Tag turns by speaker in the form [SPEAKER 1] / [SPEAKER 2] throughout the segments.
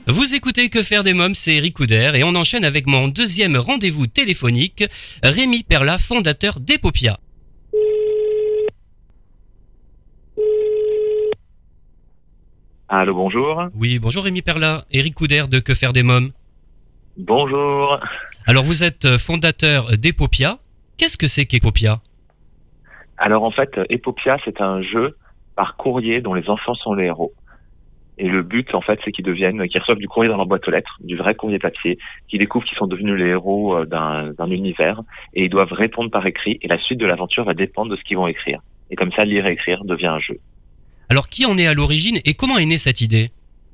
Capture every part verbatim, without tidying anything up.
[SPEAKER 1] Vous écoutez Que faire des mômes, c'est Eric Couder et on enchaîne avec mon deuxième rendez-vous téléphonique, Rémi Perla, fondateur d'Epopia.
[SPEAKER 2] Allô, bonjour.
[SPEAKER 1] Oui, bonjour Rémi Perla, Eric Couder de Que faire des mômes.
[SPEAKER 2] Bonjour.
[SPEAKER 1] Alors vous êtes fondateur d'Epopia. Qu'est-ce que c'est qu'Epopia ?
[SPEAKER 2] Alors en fait, Epopia, c'est un jeu par courrier dont les enfants sont les héros. Et le but, en fait, c'est qu'ils deviennent, qu'ils reçoivent du courrier dans leur boîte aux lettres, du vrai courrier papier, qu'ils découvrent qu'ils sont devenus les héros d'un, d'un univers, et ils doivent répondre par écrit, et la suite de l'aventure va dépendre de ce qu'ils vont écrire. Et comme ça, lire et écrire devient un jeu.
[SPEAKER 1] Alors qui en est à l'origine et comment est née cette idée ?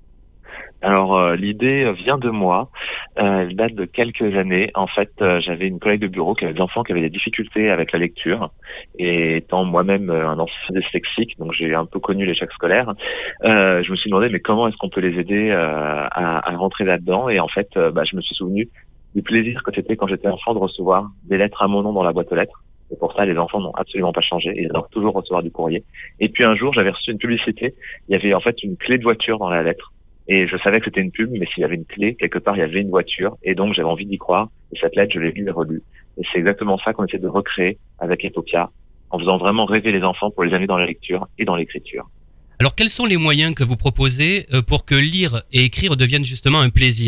[SPEAKER 2] Alors euh, l'idée vient de moi, euh, elle date de quelques années. En fait, euh, j'avais une collègue de bureau qui avait des enfants qui avaient des difficultés avec la lecture, et étant moi-même un enfant dyslexique, donc j'ai un peu connu l'échec scolaire, euh, je me suis demandé mais comment est-ce qu'on peut les aider euh, à, à rentrer là-dedans. Et en fait, euh, bah, je me suis souvenu du plaisir que c'était quand j'étais enfant de recevoir des lettres à mon nom dans la boîte aux lettres. Et pour ça, les enfants n'ont absolument pas changé, ils adorent toujours recevoir du courrier. Et puis un jour, j'avais reçu une publicité, il y avait en fait une clé de voiture dans la lettre. Et je savais que c'était une pub, mais s'il y avait une clé, quelque part, il y avait une voiture. Et donc, j'avais envie d'y croire. Et cette lettre, je l'ai lue et relue. Et c'est exactement ça qu'on essaie de recréer avec Epopia, en faisant vraiment rêver les enfants pour les amener dans la lecture et dans l'écriture.
[SPEAKER 1] Alors, quels sont les moyens que vous proposez pour que lire et écrire deviennent justement un plaisir ?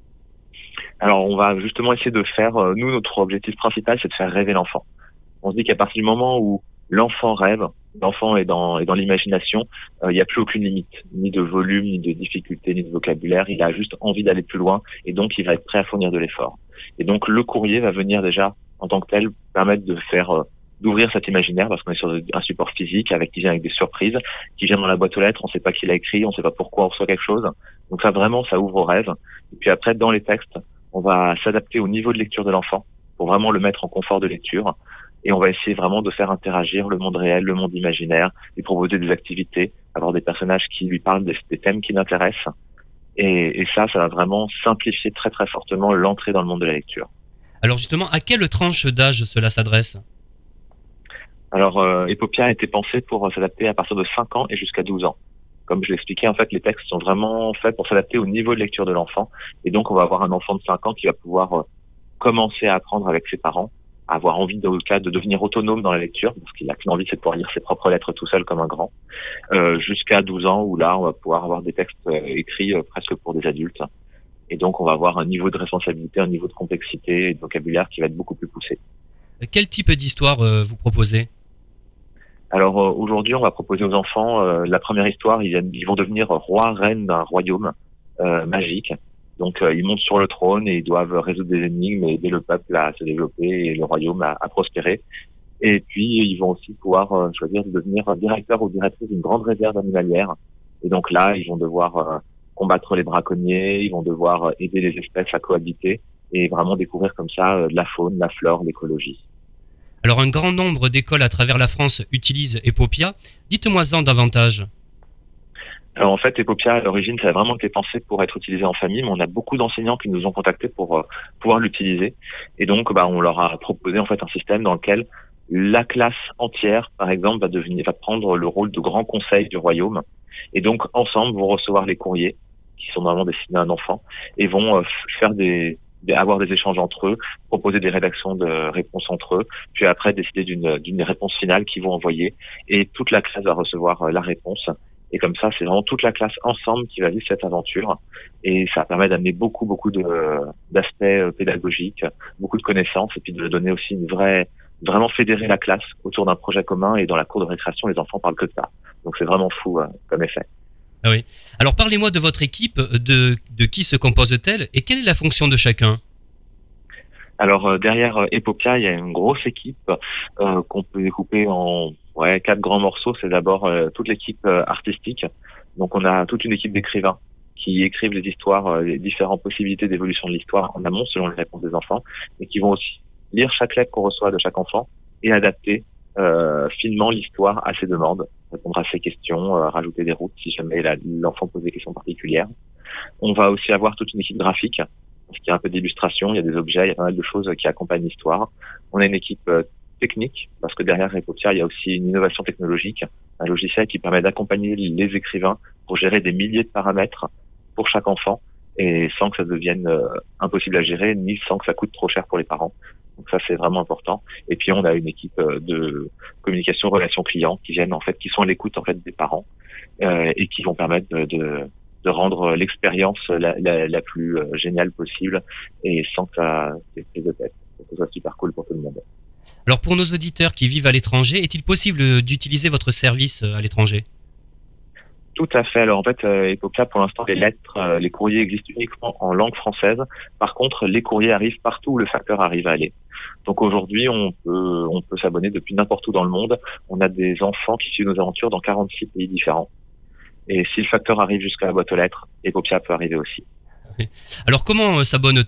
[SPEAKER 2] Alors, on va justement essayer de faire, euh, nous, notre objectif principal, c'est de faire rêver l'enfant. On se dit qu'à partir du moment où l'enfant rêve, l'enfant est dans, est dans l'imagination, il euh, n'y a plus aucune limite, ni de volume, ni de difficulté, ni de vocabulaire. Il a juste envie d'aller plus loin et donc il va être prêt à fournir de l'effort. Et donc le courrier va venir déjà, en tant que tel, permettre de faire, euh, d'ouvrir cet imaginaire parce qu'on est sur un support physique avec qui vient avec des surprises, qui vient dans la boîte aux lettres, on ne sait pas qui l'a écrit, on ne sait pas pourquoi on reçoit quelque chose. Donc ça vraiment, ça ouvre au rêve. Et puis après, dans les textes, on va s'adapter au niveau de lecture de l'enfant pour vraiment le mettre en confort de lecture. Et on va essayer vraiment de faire interagir le monde réel, le monde imaginaire, lui proposer des activités, avoir des personnages qui lui parlent des, des thèmes qui l'intéressent. Et, et ça, ça va vraiment simplifier très très fortement l'entrée dans le monde de la lecture.
[SPEAKER 1] Alors justement, à quelle tranche d'âge cela s'adresse ?
[SPEAKER 2] Alors, euh, Epopia a été pensé pour s'adapter à partir de cinq ans et jusqu'à douze ans. Comme je l'expliquais, en fait, les textes sont vraiment faits pour s'adapter au niveau de lecture de l'enfant. Et donc, on va avoir un enfant de cinq ans qui va pouvoir euh, commencer à apprendre avec ses parents, avoir envie dans le cas de devenir autonome dans la lecture, parce qu'il a qu'une envie, c'est de pouvoir lire ses propres lettres tout seul comme un grand, euh, jusqu'à douze ans où là, on va pouvoir avoir des textes euh, écrits euh, presque pour des adultes. Et donc, on va avoir un niveau de responsabilité, un niveau de complexité et de vocabulaire qui va être beaucoup plus poussé.
[SPEAKER 1] Quel type d'histoire euh, vous proposez ?
[SPEAKER 2] Alors, euh, aujourd'hui, on va proposer aux enfants euh, la première histoire, ils, viennent, ils vont devenir rois, reines d'un royaume euh, magique. Donc, euh, ils montent sur le trône et ils doivent résoudre des énigmes et aider le peuple à se développer et le royaume à, à prospérer. Et puis, ils vont aussi pouvoir euh, choisir de devenir directeur ou directrice d'une grande réserve animalière. Et donc là, ils vont devoir euh, combattre les braconniers, ils vont devoir euh, aider les espèces à cohabiter et vraiment découvrir comme ça euh, la faune, la flore, l'écologie.
[SPEAKER 1] Alors, un grand nombre d'écoles à travers la France utilisent Epopia. Dites-moi-en davantage.
[SPEAKER 2] Alors en fait, Epopia, à l'origine, ça a vraiment été pensé pour être utilisé en famille, mais on a beaucoup d'enseignants qui nous ont contactés pour euh, pouvoir l'utiliser. Et donc, bah, on leur a proposé en fait un système dans lequel la classe entière, par exemple, va devenir, va prendre le rôle de grand conseil du royaume. Et donc, ensemble, vont recevoir les courriers qui sont normalement destinés à un enfant et vont euh, faire des, des, avoir des échanges entre eux, proposer des rédactions de réponses entre eux, puis après décider d'une, d'une réponse finale qu'ils vont envoyer. Et toute la classe va recevoir euh, la réponse. Et comme ça, c'est vraiment toute la classe ensemble qui va vivre cette aventure. Et ça permet d'amener beaucoup, beaucoup de, d'aspects pédagogiques, beaucoup de connaissances, et puis de donner aussi une vraie, vraiment fédérer la classe autour d'un projet commun. Et dans la cour de récréation, les enfants parlent que de ça. Donc c'est vraiment fou euh, comme effet.
[SPEAKER 1] Ah oui. Alors parlez-moi de votre équipe, de, de qui se compose-t-elle et quelle est la fonction de chacun ?
[SPEAKER 2] Alors euh, derrière euh, Epopia, il y a une grosse équipe euh, qu'on peut découper en ouais quatre grands morceaux. C'est d'abord euh, toute l'équipe euh, artistique. Donc on a toute une équipe d'écrivains qui écrivent les histoires, euh, les différentes possibilités d'évolution de l'histoire en amont selon les réponses des enfants, et qui vont aussi lire chaque lettre qu'on reçoit de chaque enfant et adapter euh, finement l'histoire à ses demandes, répondre à ses questions, euh, rajouter des routes si jamais la, l'enfant pose des questions particulières. On va aussi avoir toute une équipe graphique, parce qu'il y a un peu d'illustration, il y a des objets, il y a pas mal de choses qui accompagnent l'histoire. On a une équipe euh, technique, parce que derrière Epopia, il y a aussi une innovation technologique, un logiciel qui permet d'accompagner les écrivains pour gérer des milliers de paramètres pour chaque enfant et sans que ça devienne euh, impossible à gérer, ni sans que ça coûte trop cher pour les parents. Donc ça, c'est vraiment important. Et puis, on a une équipe euh, de communication, relations clients qui viennent, en fait, qui sont à l'écoute, en fait, des parents, euh, et qui vont permettre de, de, de rendre l'expérience la, la, la plus euh, géniale possible et sans que ça ait prise de tête. Donc, ça soit super cool pour tout le monde.
[SPEAKER 1] Alors pour nos auditeurs qui vivent à l'étranger, est-il possible d'utiliser votre service à l'étranger ?
[SPEAKER 2] Tout à fait. Alors en fait, euh, Epopia, pour l'instant, les lettres, euh, les courriers existent uniquement en langue française. Par contre, les courriers arrivent partout où le facteur arrive à aller. Donc aujourd'hui, on peut on peut s'abonner depuis n'importe où dans le monde. On a des enfants qui suivent nos aventures dans quarante-six pays différents. Et si le facteur arrive jusqu'à la boîte aux lettres, Epopia peut arriver aussi.
[SPEAKER 1] Alors comment euh, s'abonne-t-on ?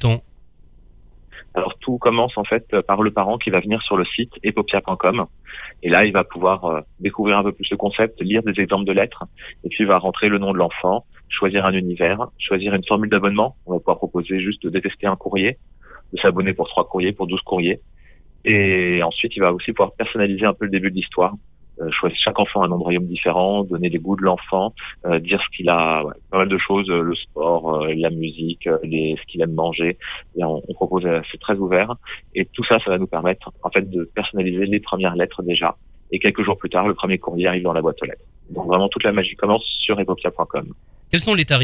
[SPEAKER 2] Alors tout commence en fait par le parent qui va venir sur le site epopia point com et là il va pouvoir euh, découvrir un peu plus le concept, lire des exemples de lettres et puis il va rentrer le nom de l'enfant, choisir un univers, choisir une formule d'abonnement. On va pouvoir proposer juste de tester un courrier, de s'abonner pour trois courriers, pour douze courriers et ensuite il va aussi pouvoir personnaliser un peu le début de l'histoire. Euh, choisir chaque enfant un nom de royaume différent, donner les goûts de l'enfant, euh, dire ce qu'il a, ouais, pas mal de choses, euh, le sport, euh, la musique, euh, les, ce qu'il aime manger. Et on, on propose, euh, c'est très ouvert. Et tout ça, ça va nous permettre en fait de personnaliser les premières lettres déjà. Et quelques jours plus tard, le premier courrier arrive dans la boîte aux lettres. Donc vraiment, toute la magie commence sur epopia point com.
[SPEAKER 1] Quels sont les tarifs ?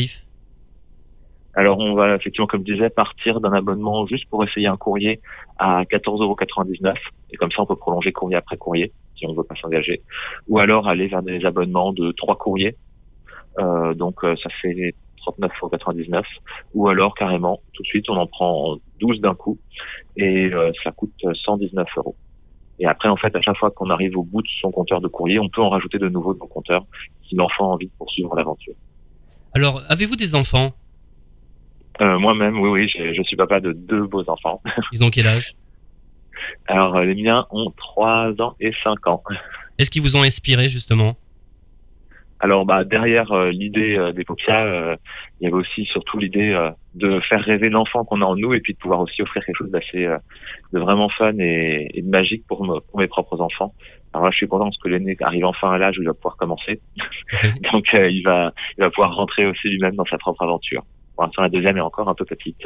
[SPEAKER 2] Alors on va effectivement, comme je disais, partir d'un abonnement juste pour essayer un courrier à quatorze euros quatre-vingt-dix-neuf. Et comme ça, on peut prolonger courrier après courrier si on ne veut pas s'engager. Ou alors aller vers des abonnements de trois courriers. Euh, donc euh, ça fait trente-neuf euros quatre-vingt-dix-neuf. Ou alors carrément, tout de suite, on en prend douze d'un coup. Et euh, ça coûte cent dix-neuf euros. Et après, en fait, à chaque fois qu'on arrive au bout de son compteur de courrier, on peut en rajouter de nouveaux dans le compteur si l'enfant a envie de poursuivre l'aventure.
[SPEAKER 1] Alors, avez-vous des enfants ?
[SPEAKER 2] Euh, moi-même, oui, oui, je, je suis papa de deux beaux enfants.
[SPEAKER 1] Ils ont quel âge ?
[SPEAKER 2] Alors, les miens ont trois ans et cinq ans.
[SPEAKER 1] Est-ce qu'ils vous ont inspiré, justement ?
[SPEAKER 2] Alors, bah, derrière euh, l'idée euh, d'Epopia, euh, il y avait aussi surtout l'idée euh, de faire rêver l'enfant qu'on a en nous et puis de pouvoir aussi offrir quelque chose d'assez, euh, de vraiment fun et, et de magique pour, me, pour mes propres enfants. Alors là, je suis content parce que l'aîné arrive enfin à l'âge où il va pouvoir commencer. Donc, euh, il va, il va pouvoir rentrer aussi lui-même dans sa propre aventure. Pour l'instant, la deuxième est encore un peu petite,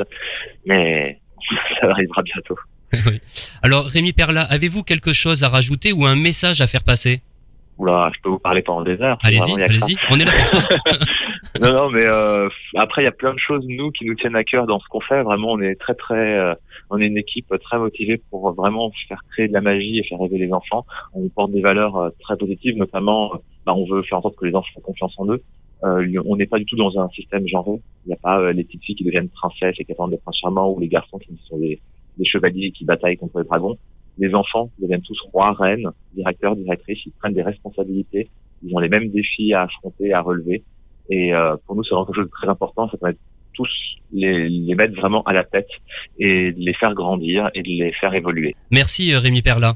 [SPEAKER 2] mais ça arrivera bientôt.
[SPEAKER 1] Oui. Alors, Rémi Perla, avez-vous quelque chose à rajouter ou un message à faire passer ?
[SPEAKER 2] Oula, je peux vous parler pendant des heures.
[SPEAKER 1] Allez-y, allez-y, on est là pour ça.
[SPEAKER 2] non, non, mais euh, après, il y a plein de choses, nous, qui nous tiennent à cœur dans ce qu'on fait. Vraiment, on est très, très... Euh, on est une équipe très motivée pour vraiment faire créer de la magie et faire rêver les enfants. On porte des valeurs euh, très positives, notamment, euh, bah, on veut faire en sorte que les enfants aient confiance en eux. Euh, on n'est pas du tout dans un système genré. Il n'y a pas euh, les petites filles qui deviennent princesses et qui attendent des princes charmants ou les garçons qui sont des, des chevaliers qui bataillent contre les dragons. Les enfants deviennent tous rois, reines, directeurs, directrices. Ils prennent des responsabilités. Ils ont les mêmes défis à affronter, à relever. Et euh, pour nous, c'est vraiment quelque chose de très important. Ça permet tous les, les mettre vraiment à la tête et de les faire grandir et de les faire évoluer.
[SPEAKER 1] Merci Rémi Perla.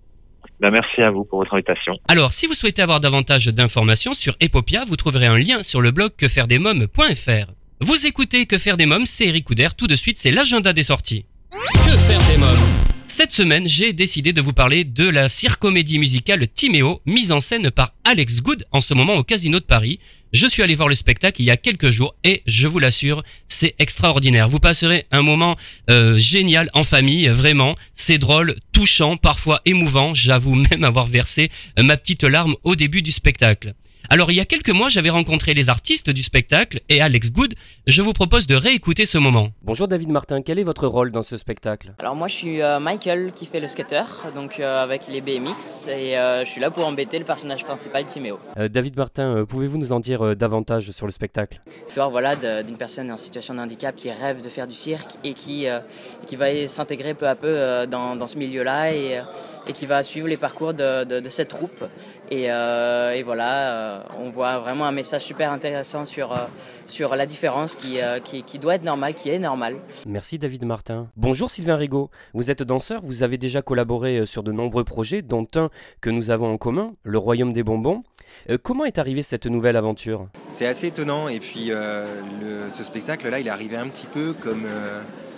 [SPEAKER 2] Ben, merci à vous pour votre invitation.
[SPEAKER 1] Alors, si vous souhaitez avoir davantage d'informations sur Epopia, vous trouverez un lien sur le blog que faire des mômes point f r. Vous écoutez Que faire des mômes, c'est Eric Couder. Tout de suite, c'est l'agenda des sorties. Que faire des mômes ? Cette semaine, j'ai décidé de vous parler de la circomédie musicale Timéo, mise en scène par Alex Good en ce moment au Casino de Paris. Je suis allé voir le spectacle il y a quelques jours et je vous l'assure, c'est extraordinaire. Vous passerez un moment euh, génial en famille, vraiment. C'est drôle, touchant, parfois émouvant. J'avoue même avoir versé ma petite larme au début du spectacle. Alors, il y a quelques mois, j'avais rencontré les artistes du spectacle et Alex Good. Je vous propose de réécouter ce moment.
[SPEAKER 3] Bonjour David Martin, quel est votre rôle dans ce spectacle ?
[SPEAKER 4] Alors moi je suis euh, Michael qui fait le skater, donc euh, avec les B M X, et euh, je suis là pour embêter le personnage principal Timéo.
[SPEAKER 3] Euh, David Martin, euh, pouvez-vous nous en dire euh, davantage sur le spectacle ?
[SPEAKER 4] L'histoire voilà, de, d'une personne en situation de handicap qui rêve de faire du cirque et qui, euh, qui va s'intégrer peu à peu euh, dans, dans ce milieu-là et, euh, et qui va suivre les parcours de, de, de cette troupe. Et, euh, et voilà, euh, on voit vraiment un message super intéressant sur, euh, sur la différence qui, euh, qui, qui doit être normale, qui est normale.
[SPEAKER 3] Merci David Martin. Bonjour Sylvain Rigaud, vous êtes danseur, vous avez déjà collaboré sur de nombreux projets, dont un que nous avons en commun, Le Royaume des Bonbons. Euh, comment est arrivée cette nouvelle aventure ?
[SPEAKER 5] C'est assez étonnant et puis euh, le, ce spectacle-là, il est arrivé un petit peu comme... Euh,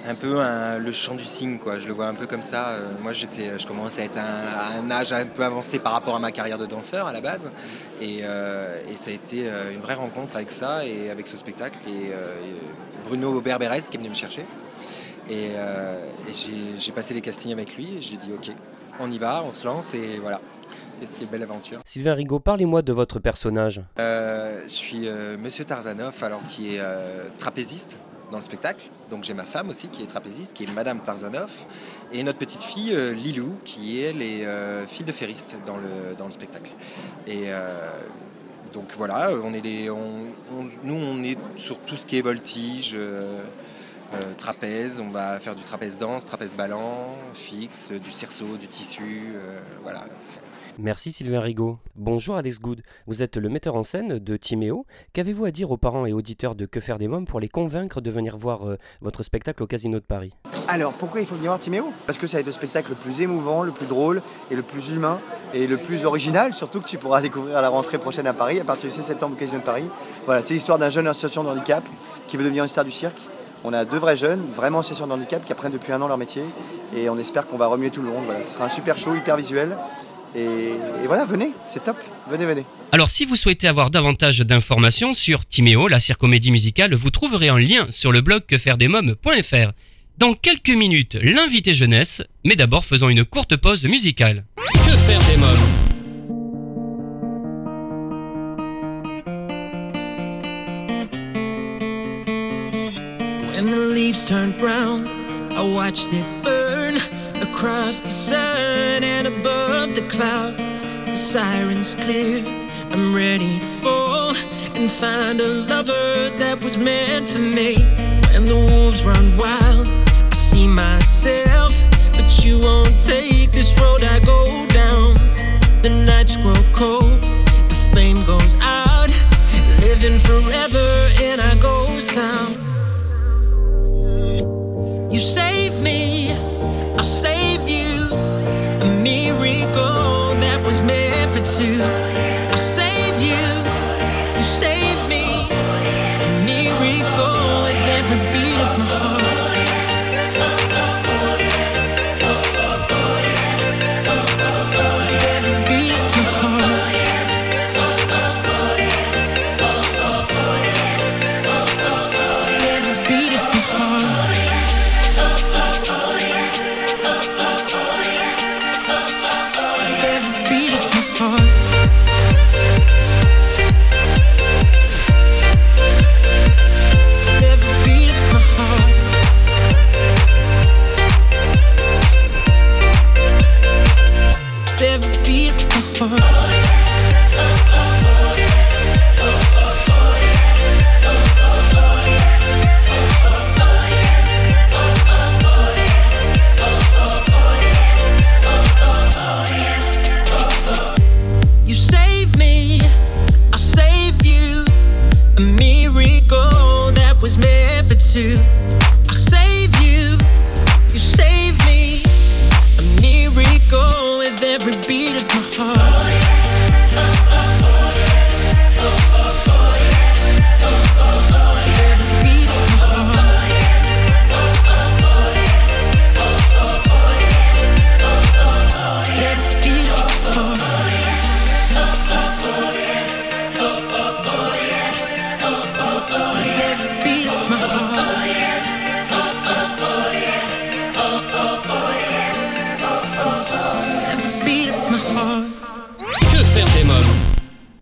[SPEAKER 5] un peu un, le chant du cygne, quoi. Je le vois un peu comme ça. Euh, moi, j'étais, je commençais à être un, à un âge un peu avancé par rapport à ma carrière de danseur à la base, et, euh, et ça a été une vraie rencontre avec ça et avec ce spectacle. Et, euh, et Bruno Berberez qui est venu me chercher, et, euh, et j'ai, j'ai passé les castings avec lui. Et j'ai dit ok, on y va, on se lance, et voilà. Qu'est-ce qui est belle aventure.
[SPEAKER 3] Sylvain Rigaud, parlez-moi de votre personnage.
[SPEAKER 5] Euh, je suis euh, Monsieur Tarzanov, alors qui est euh, trapéziste dans le spectacle. Donc j'ai ma femme aussi qui est trapéziste, qui est Madame Tarzanov, et notre petite fille euh, Lilou, qui elle est euh, fille de ferriste dans le dans le spectacle. Et euh, donc voilà, on est les, on, on, nous on est sur tout ce qui est voltige. Euh, Euh, trapèze, on va faire du trapèze danse, trapèze ballant, fixe, du cerceau, du tissu, euh, voilà.
[SPEAKER 3] Merci Sylvain Rigaud. Bonjour Alex Good, vous êtes le metteur en scène de Timéo. Qu'avez-vous à dire aux parents et auditeurs de Que faire des mômes pour les convaincre de venir voir euh, votre spectacle au Casino de Paris?
[SPEAKER 6] Alors pourquoi il faut venir voir Timéo? Parce que ça va être le spectacle le plus émouvant, le plus drôle et le plus humain et le plus original, surtout que tu pourras découvrir à la rentrée prochaine à Paris, à partir du seize septembre au Casino de Paris. Voilà, c'est l'histoire d'un jeune en situation de handicap qui veut devenir une star du cirque. On a deux vrais jeunes, vraiment en situation de handicap, qui apprennent depuis un an leur métier. Et on espère qu'on va remuer tout le monde. Voilà, ce sera un super show, hyper visuel. Et, et voilà, venez, c'est top. Venez, venez.
[SPEAKER 1] Alors si vous souhaitez avoir davantage d'informations sur Timéo, la circomédie musicale, vous trouverez un lien sur le blog que faire des mômes point f r. Dans quelques minutes, l'invité jeunesse, mais d'abord faisons une courte pause musicale. Que faire des mômes?
[SPEAKER 7] When the leaves turned brown, I watched it burn across the sun and above the clouds. The sirens clear, I'm ready to fall and find a lover that was meant for me. When the wolves run wild, I see myself, but you won't take this road I go down. The nights grow cold, the flame goes out, living forever in our ghost town. You save me, I'll save you. A miracle that was meant for two. I'll save you, you save me. A miracle with every beat of my heart. With every beat of my heart. With every beat of my heart. Every beat